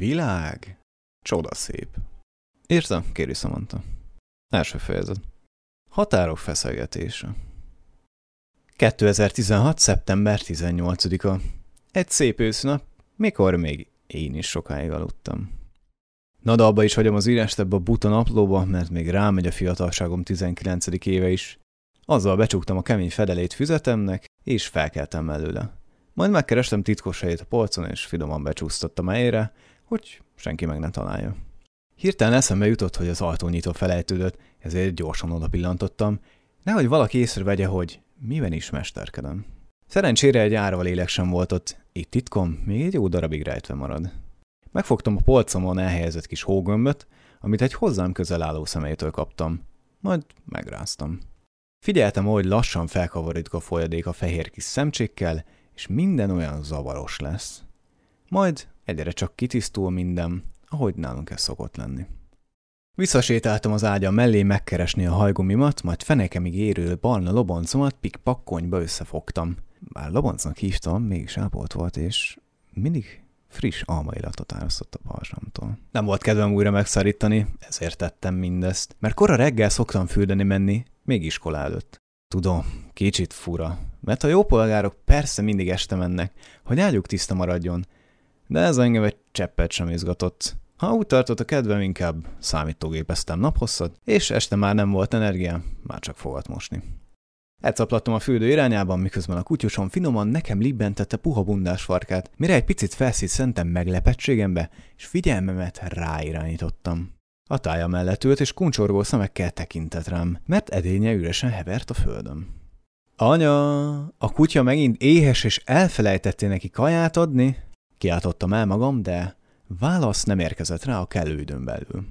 világ csodaszép. Írta Kéri Samantha. Első fejezet. Határok feszegetése. 2016. szeptember 18-a. Egy szép ősznap, mikor még én is sokáig aludtam. Na, de abba is hagyom az írást ebbe a buta naplóba, mert még rámegy a fiatalságom 19. éve is. Azzal becsuktam a kemény fedelét füzetemnek, és felkeltem előle. Majd megkerestem titkos helyét a polcon, és finoman becsúsztattam helyére, hogy senki meg ne találja. Hirtelen eszembe jutott, hogy az ajtónyitó felejtődött, ezért gyorsan oda pillantottam, nehogy valaki észrevegye, hogy miben is mesterkedem. Szerencsére egy árva lélek sem volt ott, így titkom még egy jó darabig rejtve marad. Megfogtam a polcomon elhelyezett kis hógömböt, amit egy hozzám közel álló személytől kaptam, majd megráztam. Figyeltem, ahogy lassan felkavarodik a folyadék a fehér kis szemcsékkel, és minden olyan zavaros lesz. Majd egyre csak kitisztul minden, ahogy nálunk ez szokott lenni. Visszasétáltam az ágyam mellé megkeresni a hajgumimat, majd fenekemig érő barna loboncomat pikpakkonyba összefogtam. Bár loboncnak hívtam, mégis ápolt volt, és mindig friss almaillatot árasztott a pajzsamtól. Nem volt kedvem újra megszorítani, ezért tettem mindezt, mert kora reggel szoktam fürdeni menni, még iskola előtt. Tudom, kicsit fura, mert a jó polgárok persze mindig este mennek, hogy ágyuk tiszta maradjon, de ez engem egy cseppet sem izgatott. Ha úgy tartott a kedvem, inkább számítógépeztem naphosszat, és este már nem volt energia, már csak fogat mosni. Elcaplattam a fürdő irányában, miközben a kutyusom finoman nekem libbentette puha bundás farkát, mire egy picit felszíszentem meglepettségembe, és figyelmemet ráirányítottam. A tája mellett ült, és kuncsorgó szemekkel tekintett rám, mert edénye üresen hevert a földön. Anya, a kutya megint éhes, és elfelejtettél neki kaját adni? Kiáltottam el magam, de válasz nem érkezett rá a kellő időn belül.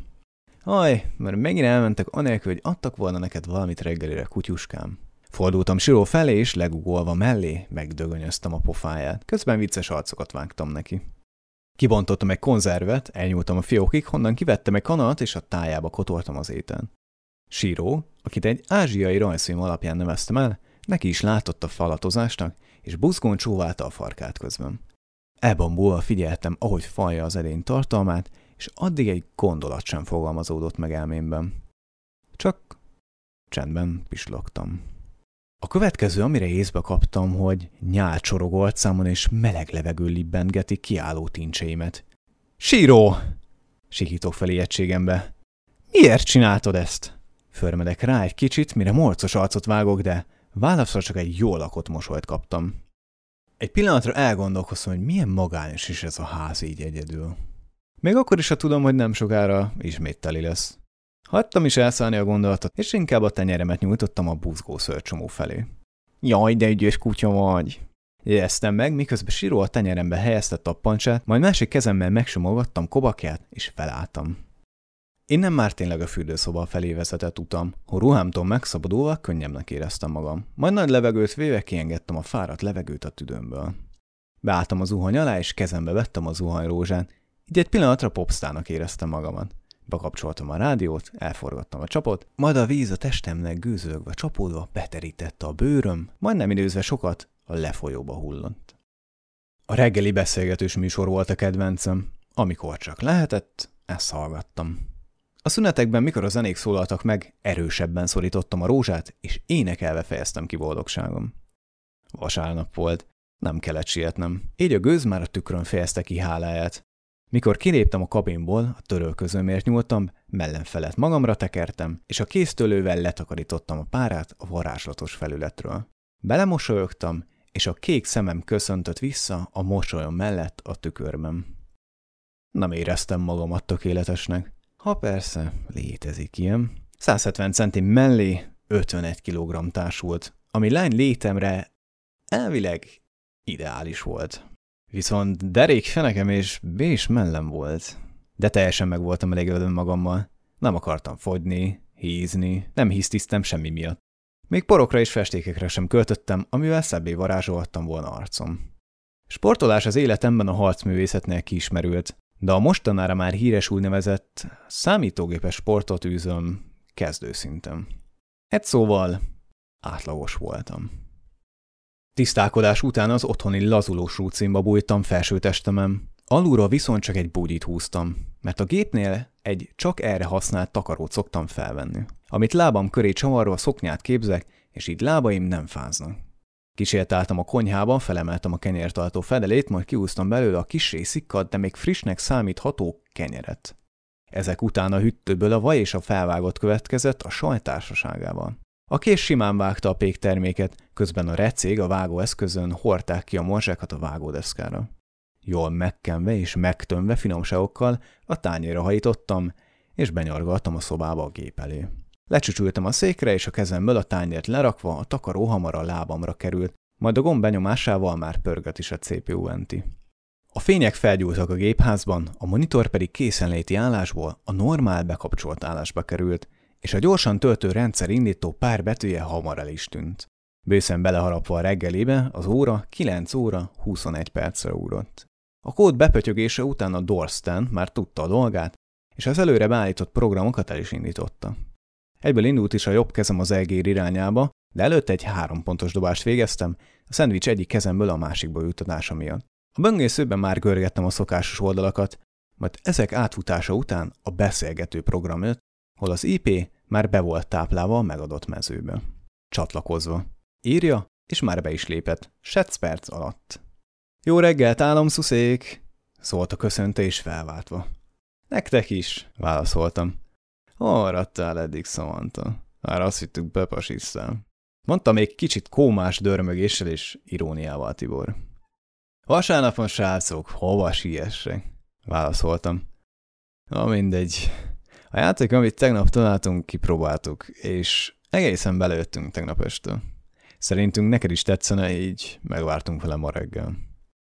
Mert megint elmentek anélkül, hogy adtak volna neked valamit reggelire, kutyuskám. Fordultam Siró felé, és legugolva mellé megdögönyöztem a pofáját. Közben vicces arcokat vágtam neki. Kibontottam egy konzervet, elnyúltam a fiókig, honnan kivettem egy kanalat, és a tájába kotoltam az ételt. Siró, akit egy ázsiai rajzfilm alapján neveztem el, neki is látott a falatozásnak, és buzgón csóválta a farkát közben. Elbambulva figyeltem, ahogy falja az edény tartalmát, és addig egy gondolat sem fogalmazódott meg elmémben. Csak csendben pislogtam. A következő, amire észbe kaptam, hogy nyál csorog arcámon és meleg levegő libbentgeti kiálló tincseimet. Siró! Sikítok fel ijegységembe. Miért csináltad ezt? Förmedek rá egy kicsit, mire morcos arcot vágok, de válaszra csak egy jól lakott mosolyt kaptam. Egy pillanatra elgondolkoztam, hogy milyen magányos is ez a ház így egyedül. Még akkor is, ha tudom, hogy nem sokára ismét teli lesz. Hagytam is elszállni a gondolatot, és inkább a tenyeremet nyújtottam a buzgó szőrcsomó felé. Jaj, de ügyes kutya vagy! Jegyeztem meg, miközben Siró a tenyerembe helyezte tappancsát, majd másik kezemmel megsimogattam kobakját, és felálltam. Innen már tényleg a fürdőszoba felé vezetett utam, hogy ruhámtól megszabadulva könnyebbnek éreztem magam. Majd nagy levegőt véve kiengedtem a fáradt levegőt a tüdőmből. Beálltam a zuhany alá, és kezembe vettem a zuhanyrózsát, így egy pillanatra popstarnak éreztem magamat. Bekapcsoltam a rádiót, elforgattam a csapot, majd a víz a testemnek gőzölgve csapódva beterítette a bőröm, majd nem időzve sokat a lefolyóba hullott. A reggeli beszélgetős műsor volt a kedvencem. Amikor csak lehetett, ezt hallgattam. A szünetekben, mikor a zenék szólaltak meg, erősebben szorítottam a rózsát, és énekelve fejeztem ki boldogságom. Vasárnap volt, nem kellett sietnem, így a gőz már a tükrön fejezte ki háláját. Mikor kiléptem a kabinból, a törölközőmért nyúltam, mellenfelett magamra tekertem, és a kéztölővel letakarítottam a párát a varázslatos felületről. Belemosolyogtam, és a kék szemem köszöntött vissza a mosolyom mellett a tükörben. Nem éreztem magamat tökéletesnek. Ha persze, létezik ilyen. 170 centim mellé 51 kg társult, ami lány létemre elvileg ideális volt. Viszont derék fenekem és bés mellem volt. De teljesen meg voltam elégedve magammal. Nem akartam fogyni, hízni, nem hisztisztem semmi miatt. Még porokra és festékekre sem költöttem, amivel szebbé varázsolhattam volna arcom. Sportolás az életemben a harcművészetnél kiismerült, de a mostanára már híres úgynevezett számítógépes sportot űzöm kezdőszinten. Egy szóval átlagos voltam. Tisztálkodás után az otthoni lazulós rúcimba bújtam felsőtestemen. Alulról viszont csak egy bugyit húztam, mert a gépnél egy csak erre használt takarót szoktam felvenni, amit lábam köré csavarva szoknyát képzek, és így lábaim nem fáznak. Kisétáltam a konyhába, felemeltem a kenyértartó fedelét, majd kihúztam belőle a kissé szikkadt, de még frissnek számítható kenyeret. Ezek után a hűtőből a vaj és a felvágott következett a saj társaságával. A kés simán vágta a pékterméket, közben a recég a vágóeszközön hordták ki a morzsákat a vágódeszkára. Jól megkenve és megtömve finomságokkal a tányérra hajítottam, és benyargaltam a szobába a gép elé. Lecsücsültem a székre, és a kezemből a tányért lerakva a takaró hamar a lábamra került, majd a gomb benyomásával már pörgött is a CPU enti. A fények felgyúltak a gépházban, a monitor pedig készenléti állásból a normál bekapcsolt állásba került, és a gyorsan töltő rendszer indító pár betűje hamar el is tűnt. Bőszen beleharapva a reggelibe, az óra 9 óra 21 percre ugrott. A kód bepötyögése után a Dorsten már tudta a dolgát, és az előre beállított programokat el is indította. Egyből indult is a jobb kezem az egér irányába, de előtte egy 3 pontos dobást végeztem, a szendvics egyik kezemből a másikba juttatása miatt. A böngészőben már görgettem a szokásos oldalakat, majd ezek átfutása után a beszélgető program jött, hol az IP már be volt táplálva a megadott mezőbe. Csatlakozva. Írja, és már be is lépett, 7 perc alatt. Jó reggelt, álomszuszék! Szólt a köszöntés felváltva. Nektek is, válaszoltam. Arradtál eddig, Samantha. Már azt hittük bepasisztál. Mondta még kicsit kómás dörmögéssel és iróniával Tibor. Vasárnapon, srácok, hova siessek? Válaszoltam. Na mindegy. A játék, amit tegnap találtunk, kipróbáltuk, és egészen belőttünk tegnap este. Szerintünk neked is tetszene, így megvártunk vele ma reggel.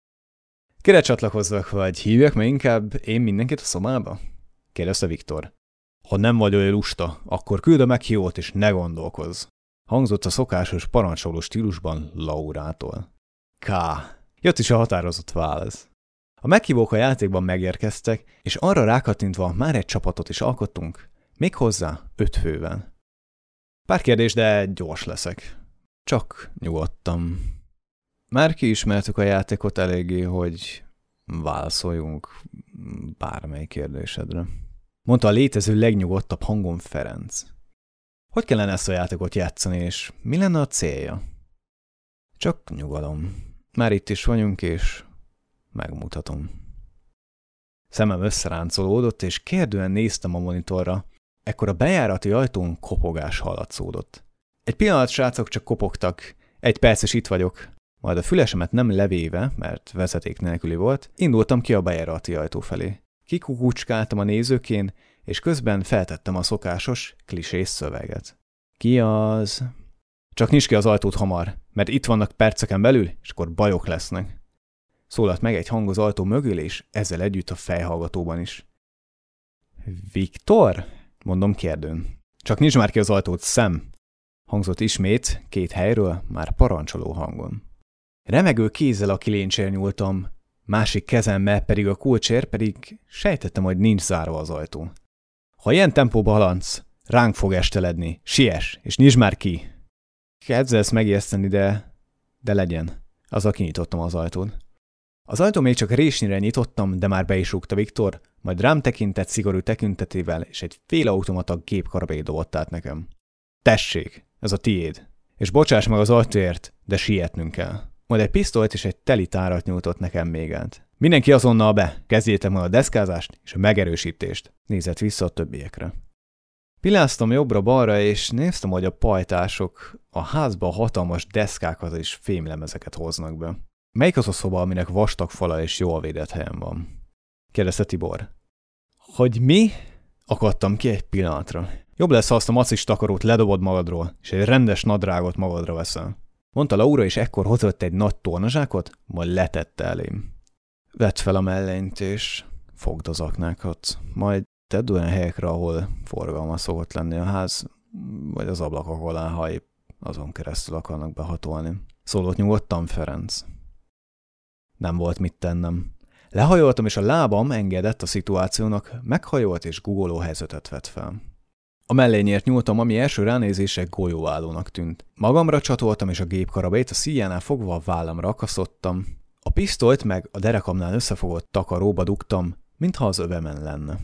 Kire csatlakozzak, vagy hívjak meg inkább én mindenkit a szobába? Kérdezte Viktor. Ha nem vagy olyan lusta, akkor küld a meghívót és ne gondolkozz. Hangzott a szokásos parancsoló stílusban Laurától. K. Jött is a határozott válasz. A meghívók a játékban megérkeztek, és arra rákattintva már egy csapatot is alkottunk, méghozzá 5 fővel. Pár kérdés, de gyors leszek. Csak nyugodtam. Már kiismertük a játékot eléggé, hogy válaszoljunk bármely kérdésedre. Mondta a létező legnyugodtabb hangon Ferenc. Hogy kellene ezt a játékot játszani, és mi lenne a célja? Csak nyugalom. Már itt is vagyunk, és megmutatom. Szemem összeráncolódott, és kérdően néztem a monitorra, ekkor a bejárati ajtón kopogás hallatszódott. Egy pillanat, srácok, csak kopogtak. 1 perc, és itt vagyok. Majd a fülesemet nem levéve, mert vezeték nélküli volt, indultam ki a bejárati ajtó felé. Kikukucskáltam a nézőkén, és közben feltettem a szokásos, klisés szöveget. Ki az? Csak nyisd ki az ajtót hamar, mert itt vannak perceken belül, és akkor bajok lesznek. Szólalt meg egy hang az ajtó mögül, és ezzel együtt a fejhallgatóban is. Viktor? Mondom kérdőn. Csak nyisd már ki az ajtót, szem! Hangzott ismét 2 helyről, már parancsoló hangon. Remegő kézzel a kiléncsér nyúltam, másik kezemmel pedig a kulcsér, pedig sejtettem, hogy nincs zárva az ajtó. Ha ilyen tempóba haladsz, ránk fog esteledni, siess, és nyisd már ki! Kezdesz megijeszteni, de legyen. Azzal kinyitottam az ajtót. Az ajtó még csak résnyire nyitottam, de már be is rúgta Viktor, majd rám tekintett szigorú tekintetével, és egy félautomata gépkarabélyt dobott át nekem. Tessék, ez a tiéd. És bocsáss meg az ajtóért, de sietnünk kell. Majd egy pisztolyt és egy teli tárat nyújtott nekem még át. Mindenki azonnal be, kezdjétek meg a deszkázást és a megerősítést. Nézett vissza a többiekre. Piláztam jobbra-balra, és néztem, hogy a pajtások a házba hatalmas deszkákat és fémlemezeket hoznak be. Melyik az a szoba, aminek vastag fala és jól védett helyen van? Kérdezte Tibor. Hogy mi? Akadtam ki egy pillanatra. Jobb lesz, ha azt a macis takarót ledobod magadról, és egy rendes nadrágot magadra veszel. Mondta Laura, és ekkor hozott egy nagy tornazsákot, majd letette elém. Vedd fel a mellényt, és fogd az aknákat, majd tedd olyan helyekre, ahol forgalmas szokott lenni a ház, vagy az ablakok alá, ha épp azon keresztül akarnak behatolni. Szólott nyugodtan Ferenc. Nem volt mit tennem. Lehajoltam, és a lábam engedett a szituációnak, meghajolt és guggoló helyzetet vett fel. A mellényért nyúltam, ami első ránézésre golyóállónak tűnt. Magamra csatoltam, és a gépkarabélyt a szíjánál fogva a vállamra akasztottam, A pisztolyt meg a derekamnál összefogott takaróba dugtam, mintha az övemen lenne.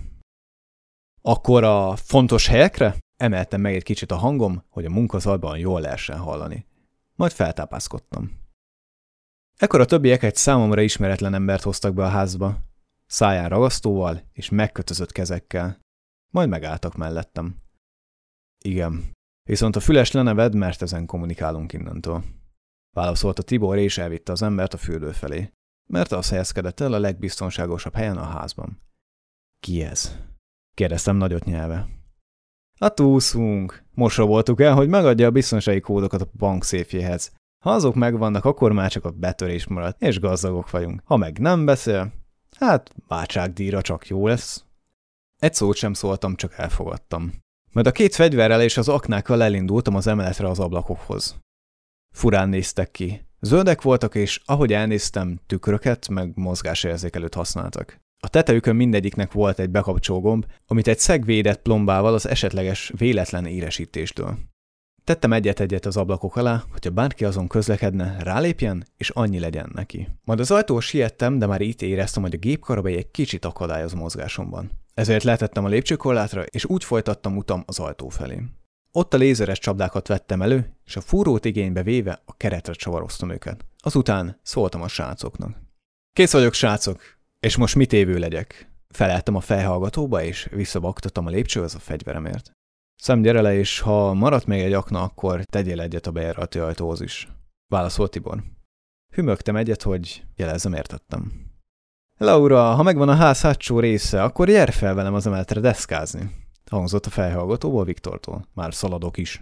Akkor a fontos helyekre emeltem meg egy kicsit a hangom, hogy a munkazajban jól lehessen hallani. Majd feltápászkodtam. Ekkor a többiek egy számomra ismeretlen embert hoztak be a házba, száján ragasztóval és megkötözött kezekkel. Majd megálltak mellettem. Igen, viszont a füles leneved, mert ezen kommunikálunk innentől. Válaszolta Tibor, és elvitte az embert a fürdő felé, mert az helyezkedett el a legbiztonságosabb helyen a házban. Ki ez? Kérdeztem nagyot nyelve. A túszunk. Most voltuk el, hogy megadja a biztonsági kódokat a bank széfjéhez. Ha azok megvannak, akkor már csak a betörés marad, és gazdagok vagyunk. Ha meg nem beszél, hát váltságdíjra csak jó lesz. Egy szót sem szóltam, csak elfogadtam. Majd a 2 fegyverrel és az aknákkal elindultam az emeletre az ablakokhoz. Furán néztek ki. Zöldek voltak, és ahogy elnéztem, tükröket meg mozgásérzékelőt használtak. A tetejükön mindegyiknek volt egy bekapcsológomb, amit egy szeg védett plombával az esetleges véletlen éresítéstől. Tettem egyet-egyet az ablakok alá, hogyha bárki azon közlekedne, rálépjen, és annyi legyen neki. Majd az ajtóhoz siettem, de már itt éreztem, hogy a gépkarabély egy kicsit akadályoz mozgásomban. Ezért letettem a lépcsőkorlátra, és úgy folytattam utam az ajtó felé. Ott a lézeres csapdákat vettem elő, és a fúrót igénybe véve a keretre csavaroztam őket. Azután szóltam a srácoknak. Kész vagyok, srácok, és most mit évő legyek? Feleltem a fejhallgatóba, és visszabaktattam a lépcsőhöz a fegyveremért. Szem, gyere le, és ha maradt még egy akna, akkor tegyél egyet a bejárati ajtóhoz is. Válaszolt Tibor. Hümögtem egyet, hogy jelezzem, értettem. Laura, ha megvan a ház hátsó része, akkor gyere fel velem az emeletre deszkázni. Hangzott a fejhallgatóból Viktortól. Már szaladok is.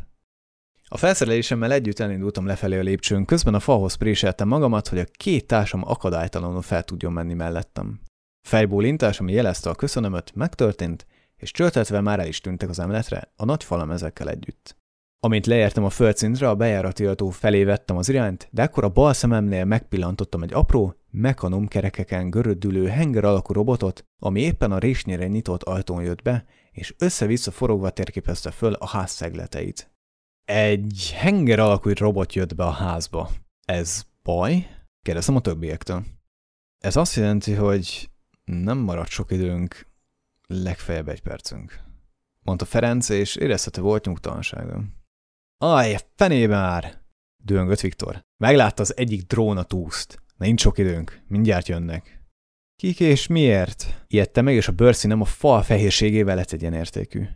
A felszerelésemmel együtt elindultam lefelé a lépcsőn, közben a falhoz préseltem magamat, hogy a 2 társam akadálytalanul fel tudjon menni mellettem. Fejbólintás, ami jelezte a köszönömöt, megtörtént, és csörtetve már el is tűntek az emeletre, a nagy falam ezekkel együtt. Amint leértem a földszintre, a bejárati ajtó felé vettem az irányt, de ekkor a bal szememnél megpillantottam egy apró, mechanum kerekeken görödülő henger alakú robotot, ami éppen a résnyire nyitott ajtón jött be, és össze-vissza forogva térképezte föl a ház szegleteit. Egy henger alakú robot jött be a házba. Ez baj? Kérdeztem a többiektől. Ez azt jelenti, hogy nem maradt sok időnk, legfeljebb 1 percünk, mondta Ferenc, és érezhető volt nyugtalansága. Aj, fenébe már! Dühöngött Viktor. Meglátta az egyik drón a túszt. Nincs sok időnk, mindjárt jönnek. Kik és miért? Ijedtem meg, és a bőrszínem a fal fehérségével lett egyenértékű.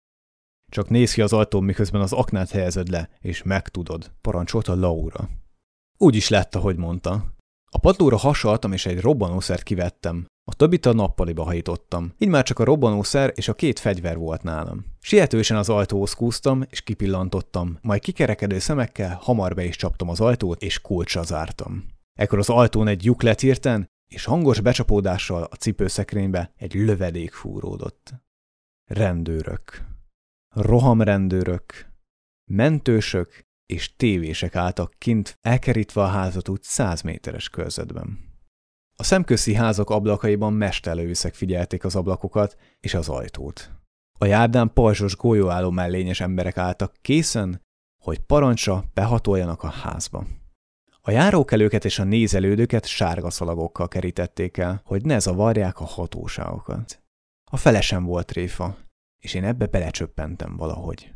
Csak nézz ki az ajtón, miközben az aknát helyezed le, és megtudod, parancsolta Laura. Úgy is lett, ahogy mondta. A padlóra hasaltam, és egy robbanószert kivettem. A többit a nappaliba hajítottam. Így már csak a robbanószer és a 2 fegyver volt nálam. Sietősen az ajtóhoz kúztam, és kipillantottam, majd kikerekedő szemekkel hamar be is csaptam az ajtót, és kulccsal zártam. Ekkor az ajtón egy lyuk lett hirtelen, és hangos becsapódással a cipőszekrénybe egy lövedék fúródott. Rendőrök. Rohamrendőrök. Mentősök és tévések álltak kint, elkerítve a házat úgy 100 méteres körzetben. A szemközi házak ablakaiban mesterlőszek figyelték az ablakokat és az ajtót. A járdán pajzsos golyóálló mellényes emberek álltak készen, hogy parancsra behatoljanak a házba. A járókelőket és a nézelődőket sárga szalagokkal kerítették el, hogy ne zavarják a hatóságokat. A fele sem volt tréfa, és én ebbe belecsöppentem valahogy.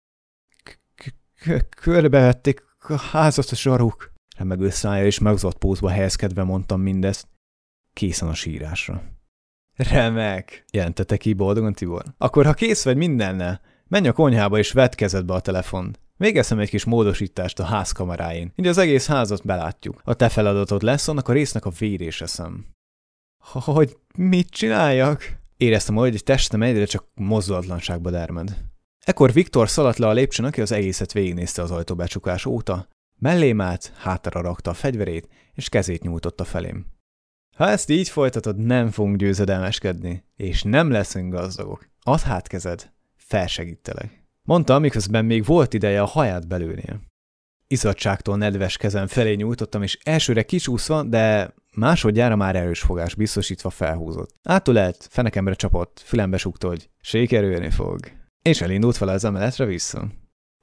Körbevették a házat a zsaruk. Remegő szája és megzott pózba helyezkedve mondtam mindezt. Készen a sírásra. Remek, jelentette ki boldogan Tibor. Akkor ha kész vagy mindennel, menj a konyhába és vedd kezedbe a telefont. Végeztem egy kis módosítást a ház kameráin. Így az egész házat belátjuk. A te feladatod lesz annak a résznek a vérése szem. Hogy mit csináljak? Éreztem, hogy egy testem egyre csak mozdulatlanságba dermed. Ekkor Viktor szaladt le a lépcsőn, aki az egészet végignézte az ajtó becsukás óta. Mellém állt, hátra rakta a fegyverét, és kezét nyújtotta felém. Ha ezt így folytatod, nem fogunk győzedelmeskedni, és nem leszünk gazdagok. Add hát kezed, felsegítelek. Mondta, miközben még volt ideje a haját belőnie. Izzadságtól nedves kezem felé nyújtottam, és elsőre kicsúszva, de másodjára már erős fogás biztosítva felhúzott. Átölelt, fenekemre csapott, fülembe súgta, hogy sikerülni fog. És elindult vele az emeletre vissza.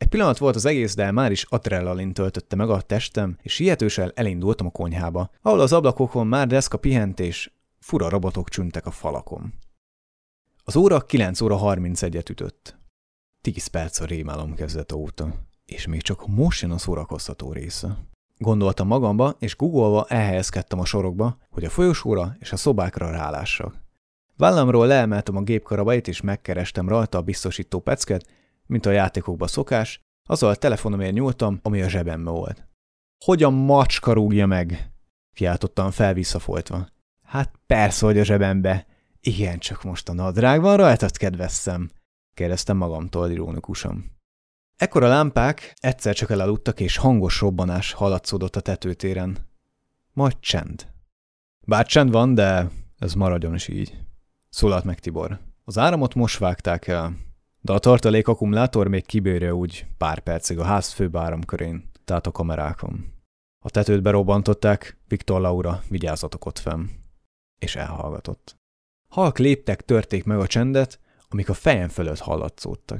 Egy pillanat volt az egész, de már is adrenalin töltötte meg a testem, és sietősen elindultam a konyhába, ahol az ablakokon már deszka pihent, és fura robotok csüntek a falakon. Az óra 9 óra 31-et ütött. 10 perc a rémálom kezdete óta, és még csak most jön a szórakoztató része. Gondoltam magamba, és googolva elhelyezkedtem a sorokba, hogy a folyosóra és a szobákra rálássak. Vállamról leemeltem a gépkarabait, és megkerestem rajta a biztosító pecket, mint a játékokba szokás, azzal a telefonomért nyúltam, ami a zsebembe volt. Hogy a macska rúgja meg? Kiáltottam fel visszafoltva. Hát persze, hogy a zsebembe. Igen, csak most a nadrág van rajtad, kedves szem? Kérdeztem magamtól ironikusan. Ekkor a lámpák egyszer csak elaludtak, és hangos robbanás hallatszódott a tetőtéren. Majd csend. Bár csend van, de ez maradjon is így. Szólalt meg Tibor. Az áramot most vágták el, de a tartalék akkumulátor még kibírja úgy pár percig a ház főbb áramkörén, tehát a kamerákon. A tetőt berobbantották, Viktor Laura, vigyázzatok ott fenn. És elhallgatott. Halk léptek törték meg a csendet, amik a fejem fölött hallatszódtak.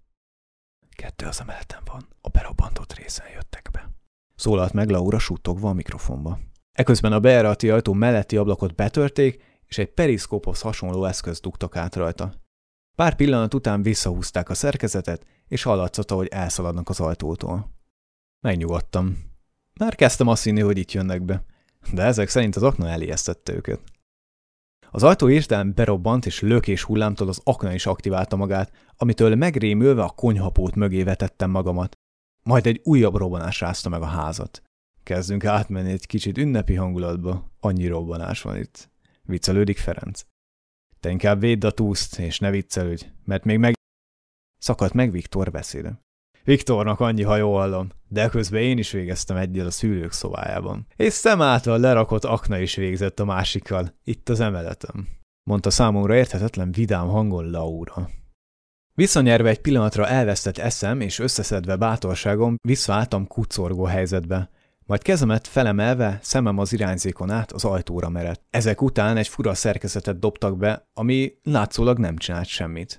2 az emeleten van, a berobbantott részen jöttek be. Szólalt meg Laura suttogva a mikrofonba. Eközben a bejárati ajtó melletti ablakot betörték, és egy periszkóphoz hasonló eszközt dugtak át rajta. Pár pillanat után visszahúzták a szerkezetet, és hallatszott, hogy elszaladnak az ajtótól. Megnyugodtam. Már kezdtem azt hinni, hogy itt jönnek be, de ezek szerint az akna elijesztette őket. Az ajtó hirtelen berobbant, és lökés hullámtól az akna is aktiválta magát, amitől megrémülve a konyhapót mögé vetettem magamat. Majd egy újabb robbanás rázta meg a házat. Kezdünk átmenni egy kicsit ünnepi hangulatba, annyi robbanás van itt. Viccelődik Ferenc. Te inkább védd a túszt, és ne viccelődj, mert még szakadt meg Viktor beszéde. Viktornak annyi, ha jól hallom, de közben én is végeztem egyel a szülők szobájában. És szem által lerakott akna is végzett a másikkal, itt az emeletem, mondta számomra érthetetlen vidám hangon Laura. Visszanyerve egy pillanatra elvesztett eszem, és összeszedve bátorságom, visszaálltam kucorgó helyzetbe. Majd kezemet felemelve, szemem az irányzékon át az ajtóra merett. Ezek után egy fura szerkezetet dobtak be, ami látszólag nem csinált semmit.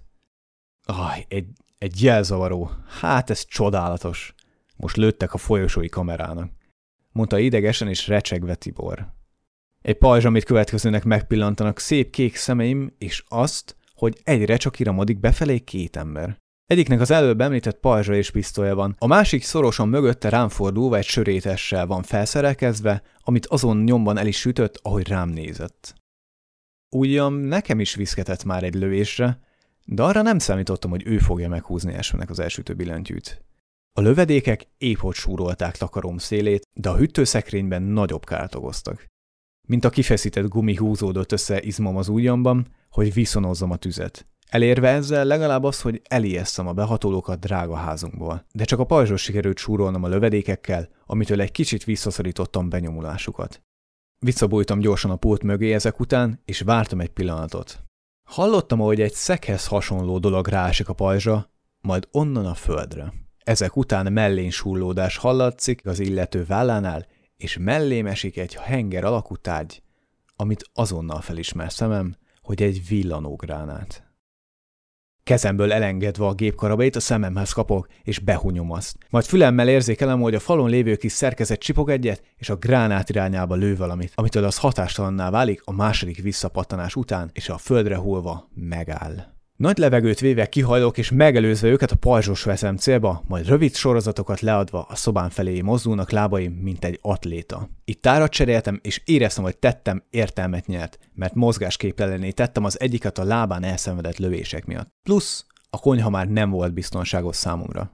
Egy jelzavaró. Hát ez csodálatos. Most lőttek a folyosói kamerának, mondta idegesen és recsegve Tibor. Egy pajzs, amit következőnek megpillantanak szép kék szemeim, és azt, hogy egyre csak iramodik befelé 2 ember. Egyiknek az előbb említett pajzsa és pisztolya van, a másik szorosan mögötte rám fordulva egy sörétessel van felszerelkezve, amit azon nyomban el is sütött, ahogy rám nézett. Ugyan nekem is viszketett már egy lövésre, de arra nem számítottam, hogy ő fogja meghúzni elsőnek az elsütő billentyűt. A lövedékek épp hogy súrolták takarom szélét, de a hűtőszekrényben nagyobb kárt okoztak. Mint a kifeszített gumi húzódott össze izmom az ujjamban, hogy viszonozzam a tüzet. Elérve ezzel legalább az, hogy elijesszem a behatolókat drága házunkból, de csak a pajzsról sikerült súrolnom a lövedékekkel, amitől egy kicsit visszaszorítottam benyomulásukat. Visszabújtam gyorsan a pult mögé ezek után, és vártam egy pillanatot. Hallottam, ahogy egy szeghez hasonló dolog ráesik a pajzsra, majd onnan a földre. Ezek után mellén súrlódás hallatszik az illető vállánál, és mellém esik egy henger alakú tárgy, amit azonnal felismer szemem, hogy egy villanógránát. Kezemből elengedve a gépkarabait a szememhez kapok, és behunyom azt. Majd fülemmel érzékelem, hogy a falon lévő kis szerkezet csipog egyet, és a gránát irányába lő valamit, amitől az hatástalanná válik a második visszapattanás után, és a földre hullva megáll. Nagy levegőt véve kihajlok, és megelőzve őket a pajzsos veszem célba, majd rövid sorozatokat leadva a szobám felé mozdulnak lábaim, mint egy atléta. Itt tárat cseréltem, és éreztem, hogy tettem értelmet nyert, mert mozgásképtelené tettem az egyiket a lábán elszenvedett lövések miatt. Plusz a konyha már nem volt biztonságos számomra.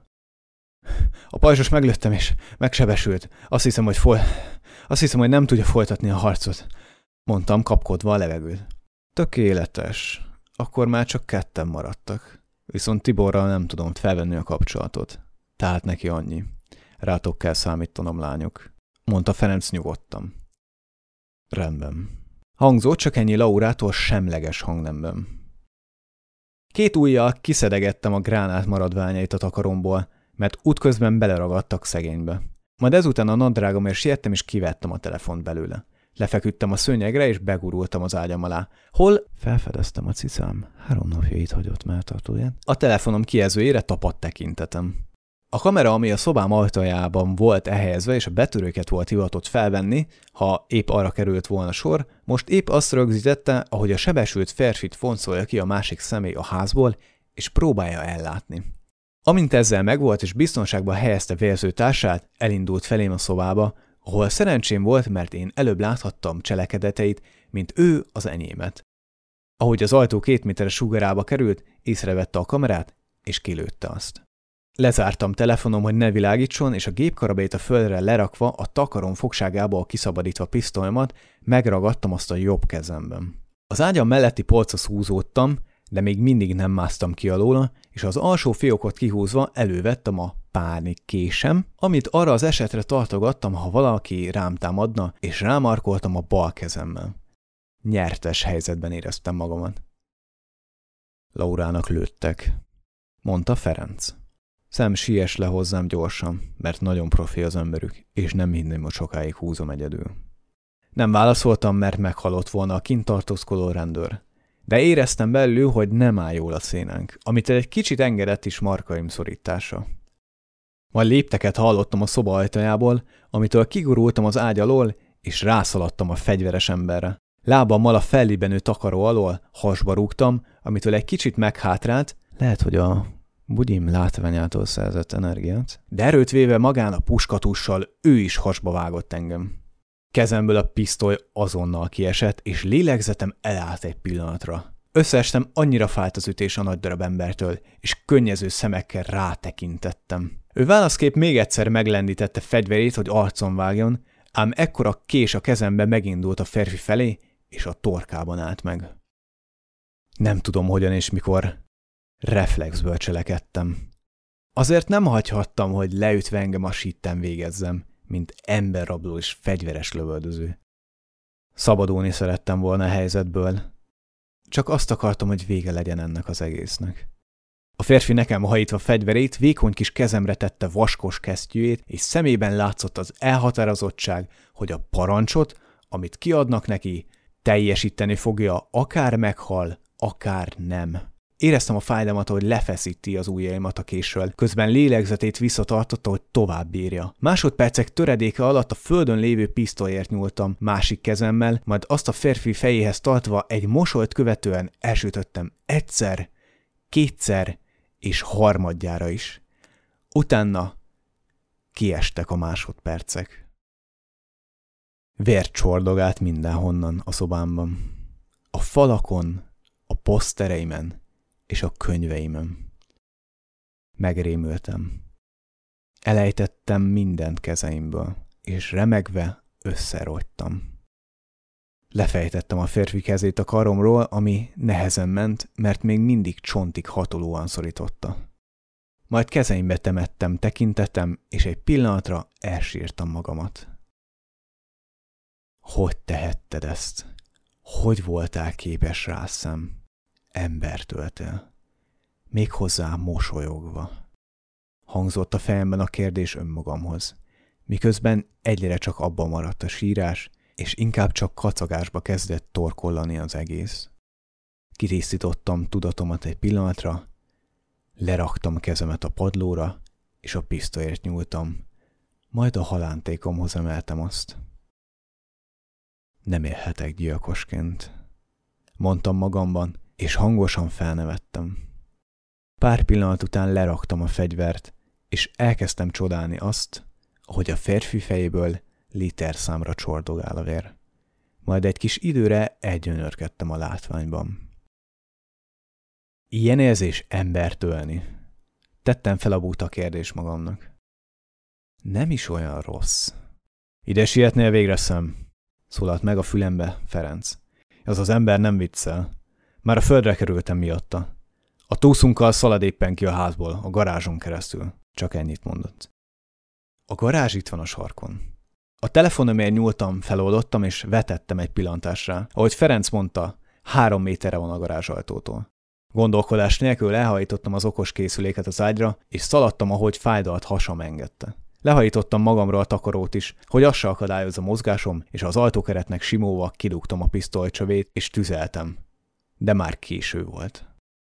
A pajzsos meglőttem, és megsebesült. Azt hiszem, hogy nem tudja folytatni a harcot, mondtam kapkodva a levegőt. Tökéletes. Akkor már csak 2 maradtak. Viszont Tiborral nem tudom felvenni a kapcsolatot. Tehát neki annyi. Rátok kell számítanom, lányok, mondta Ferenc nyugodtan. Rendben. Hangzott csak ennyi Laurától semleges hangnemben. 2 ujjal kiszedegettem a gránát maradványait a takaromból, mert útközben beleragadtak szegénybe. Majd ezután a nadrágomért siettem, és kivettem a telefont belőle. Lefeküdtem a szőnyegre, és begurultam az ágyam alá. Hol felfedeztem a cicám. 3 napja itt hagyott melltartóját. A telefonom kijelzőjére tapadt tekintetem. A kamera, ami a szobám ajtajában volt elhelyezve, és a betörőket volt hivatott felvenni, ha épp arra került volna sor, most épp azt rögzítette, ahogy a sebesült férfit foncolja ki a másik személy a házból, és próbálja ellátni. Amint ezzel megvolt és biztonságban helyezte vérző társát, elindult felém a szobába, ahol szerencsém volt, mert én előbb láthattam cselekedeteit, mint ő az enyémet. Ahogy az ajtó 2 méteres sugarába került, észrevette a kamerát, és kilőtte azt. Lezártam telefonom, hogy ne világítson, és a gépkarabét a földre lerakva, a takarom fogságából kiszabadítva pisztolyomat, megragadtam azt a jobb kezemben. Az ágyam melletti polchoz húzódtam, de még mindig nem másztam ki alóla, és az alsó fiókot kihúzva elővettem a pánikkésem, amit arra az esetre tartogattam, ha valaki rám támadna, és rámarkoltam a bal kezemmel. Nyertes helyzetben éreztem magamat. Laurának lőttek, mondta Ferenc. Szem, siess le hozzám gyorsan, mert nagyon profi az emberük, és nem hinném, hogy sokáig húzom egyedül. Nem válaszoltam, mert meghalott volna a kint tartózkodó rendőr. De éreztem belül, hogy nem áll jól a szénánk, amit egy kicsit engedett is markaim szorítása. Majd lépteket hallottam a szoba ajtajából, amitől kigurultam az ágy alól, és rászaladtam a fegyveres emberre. Lábammal a fellibenő takaró alól hasba rúgtam, amitől egy kicsit meghátrált, lehet, hogy a bugyim látványától szerzett energiát, de erőt véve magán a puskatussal ő is hasba vágott engem. Kezemből a pisztoly azonnal kiesett, és lélegzetem elállt egy pillanatra. Összeestem, annyira fájt az ütés a nagy darab embertől, és könnyező szemekkel rátekintettem. Ő válaszképp még egyszer meglendítette fegyverét, hogy arcon vágjon, ám ekkora kés a kezembe megindult a férfi felé, és a torkában állt meg. Nem tudom, hogyan és mikor. Reflexből cselekedtem. Azért nem hagyhattam, hogy leütve engem a sitten végezzem, mint emberrabló és fegyveres lövöldöző. Szabadulni szerettem volna a helyzetből. Csak azt akartam, hogy vége legyen ennek az egésznek. A férfi nekem hajítva fegyverét, vékony kis kezemre tette vaskos kesztyűjét, és szemében látszott az elhatározottság, hogy a parancsot, amit kiadnak neki, teljesíteni fogja, akár meghal, akár nem. Éreztem a fájdalmat, hogy lefeszíti az ujjaimat a késről, közben lélegzetét visszatartotta, hogy tovább bírja. Másodpercek töredéke alatt a földön lévő pisztolyért nyúltam másik kezemmel, majd azt a férfi fejéhez tartva egy mosolyt követően elsütöttem egyszer, kétszer és harmadjára is. Utána kiestek a másodpercek. Vér csordogált mindenhonnan a szobámban. A falakon, a posztereimen és a könyveimen. Megrémültem. Elejtettem mindent kezeimből, és remegve összerogytam. Lefejtettem a férfi kezét a karomról, ami nehezen ment, mert még mindig csontig hatolóan szorította. Majd kezeimbe temettem tekintetem, és egy pillanatra elsírtam magamat. Hogy tehetted ezt? Hogy voltál képes rá, szem? Embertöltél. Méghozzá mosolyogva. Hangzott a fejemben a kérdés önmagamhoz, miközben egyre csak abban maradt a sírás, és inkább csak kacagásba kezdett torkollani az egész. Kitisztítottam tudatomat egy pillanatra, leraktam a kezemet a padlóra, és a pisztolyért nyúltam, majd a halántékomhoz emeltem azt. Nem élhetek gyilkosként, mondtam magamban, és hangosan felnevettem. Pár pillanat után leraktam a fegyvert, és elkezdtem csodálni azt, ahogy a férfi fejéből literszámra csordogál a vér. Majd egy kis időre elgyönyörködtem a látványban. Ilyen érzés embert ölni. Tettem fel a buta kérdést magamnak. Nem is olyan rossz. Ide sietnél végre, szem? Szólalt meg a fülembe Ferenc. Az az ember nem viccel. Már a földre kerültem miatta. A túszunkkal szalad éppen ki a házból, a garázson keresztül. Csak ennyit mondott. A garázs itt van a sarkon. A telefonomért nyúltam, feloldottam, és vetettem egy pillantásra. Ahogy Ferenc mondta, 3 méterre van a garázsajtótól. Gondolkodás nélkül elhajítottam az okos készüléket az ágyra, és szaladtam, ahogy fájdalt hasam engedte. Lehajítottam magamról a takarót is, hogy az se akadályozza mozgásom, és az ajtókeretnek simóval kidugtam a pisztolycsövét, és tüzeltem. De már késő volt.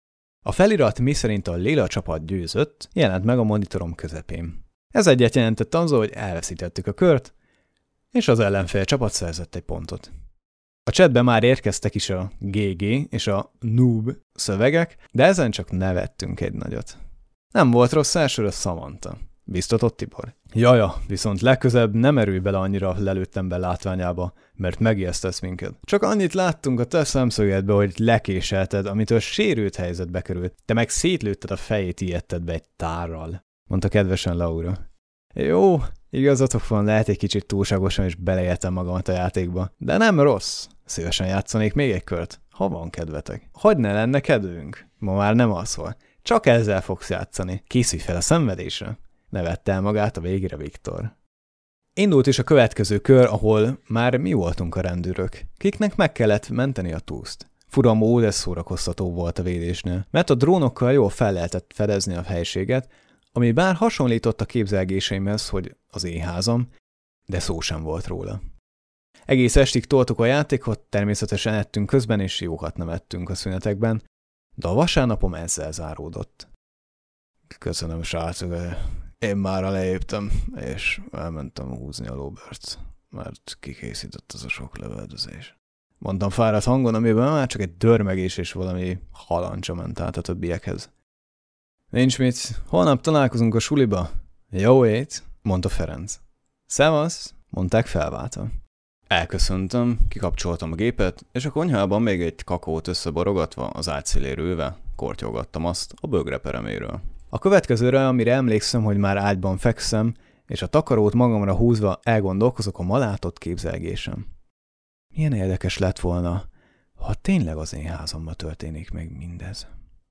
A felirat, miszerint a lila csapat győzött, jelent meg a monitorom közepén. Ez egyet jelentett azzal, hogy elveszítettük a kört, és az ellenfél csapat szerzett egy pontot. A chatben már érkeztek is a GG és a noob szövegek, de ezen csak nevettünk egy nagyot. Nem volt rossz elsőre Samantha, biztatott Tibor. Jaja, viszont legközebb nem erülj bele annyira lelőttem be látványába, mert megijesztesz minket. Csak annyit láttunk a te szemszögedbe, hogy lekéselted, amitől sérült helyzetbe került. Te meg szétlőtted a fejét, ijedted be egy tárral, mondta kedvesen Laura. Jó, igazatok van, lehet egy kicsit túlságosan is beleéltem magamat a játékba, de nem rossz. Szívesen játszanék még egy kört, ha van kedvetek. Hogy ne lenne kedvünk? Ma már nem alszol. Csak ezzel fogsz játszani. Készülj fel a szenvedésre. Nevette el magát a végére Viktor. Indult is a következő kör, ahol már mi voltunk a rendőrök, kiknek meg kellett menteni a túszt. Fura mód, ez szórakoztató volt a védésnél, mert a drónokkal jól fel lehetett fedezni a helységet, ami bár hasonlított a képzelgéseimhez, hogy az én házam, de szó sem volt róla. Egész estig toltuk a játékot, természetesen ettünk közben, és jókat nevettünk a szünetekben, de a vasárnapom ezzel záródott. Köszönöm, srácok, én már leléptem, és elmentem húzni a lóbert, mert kikészített az a sok lövöldözés. Mondtam fáradt hangon, amiben már csak egy dörmegés és valami halancsa ment át a többiekhez. Nincs mit, holnap találkozunk a suliba. Jó ét, mondta Ferenc. Szevasz, mondták felváltva. Elköszöntem, kikapcsoltam a gépet, és a konyhában még egy kakaót összeborogatva, az ágy szélére ülve, kortyolgattam azt a bögre pereméről. A következőre, amire emlékszem, hogy már ágyban fekszem, és a takarót magamra húzva elgondolkozok a ma látott képzelgésem. Milyen érdekes lett volna, ha tényleg az én házamban történik meg mindez.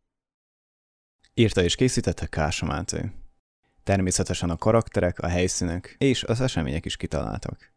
Írta és készítette Kársa Máté. Természetesen a karakterek, a helyszínek és az események is kitaláltak.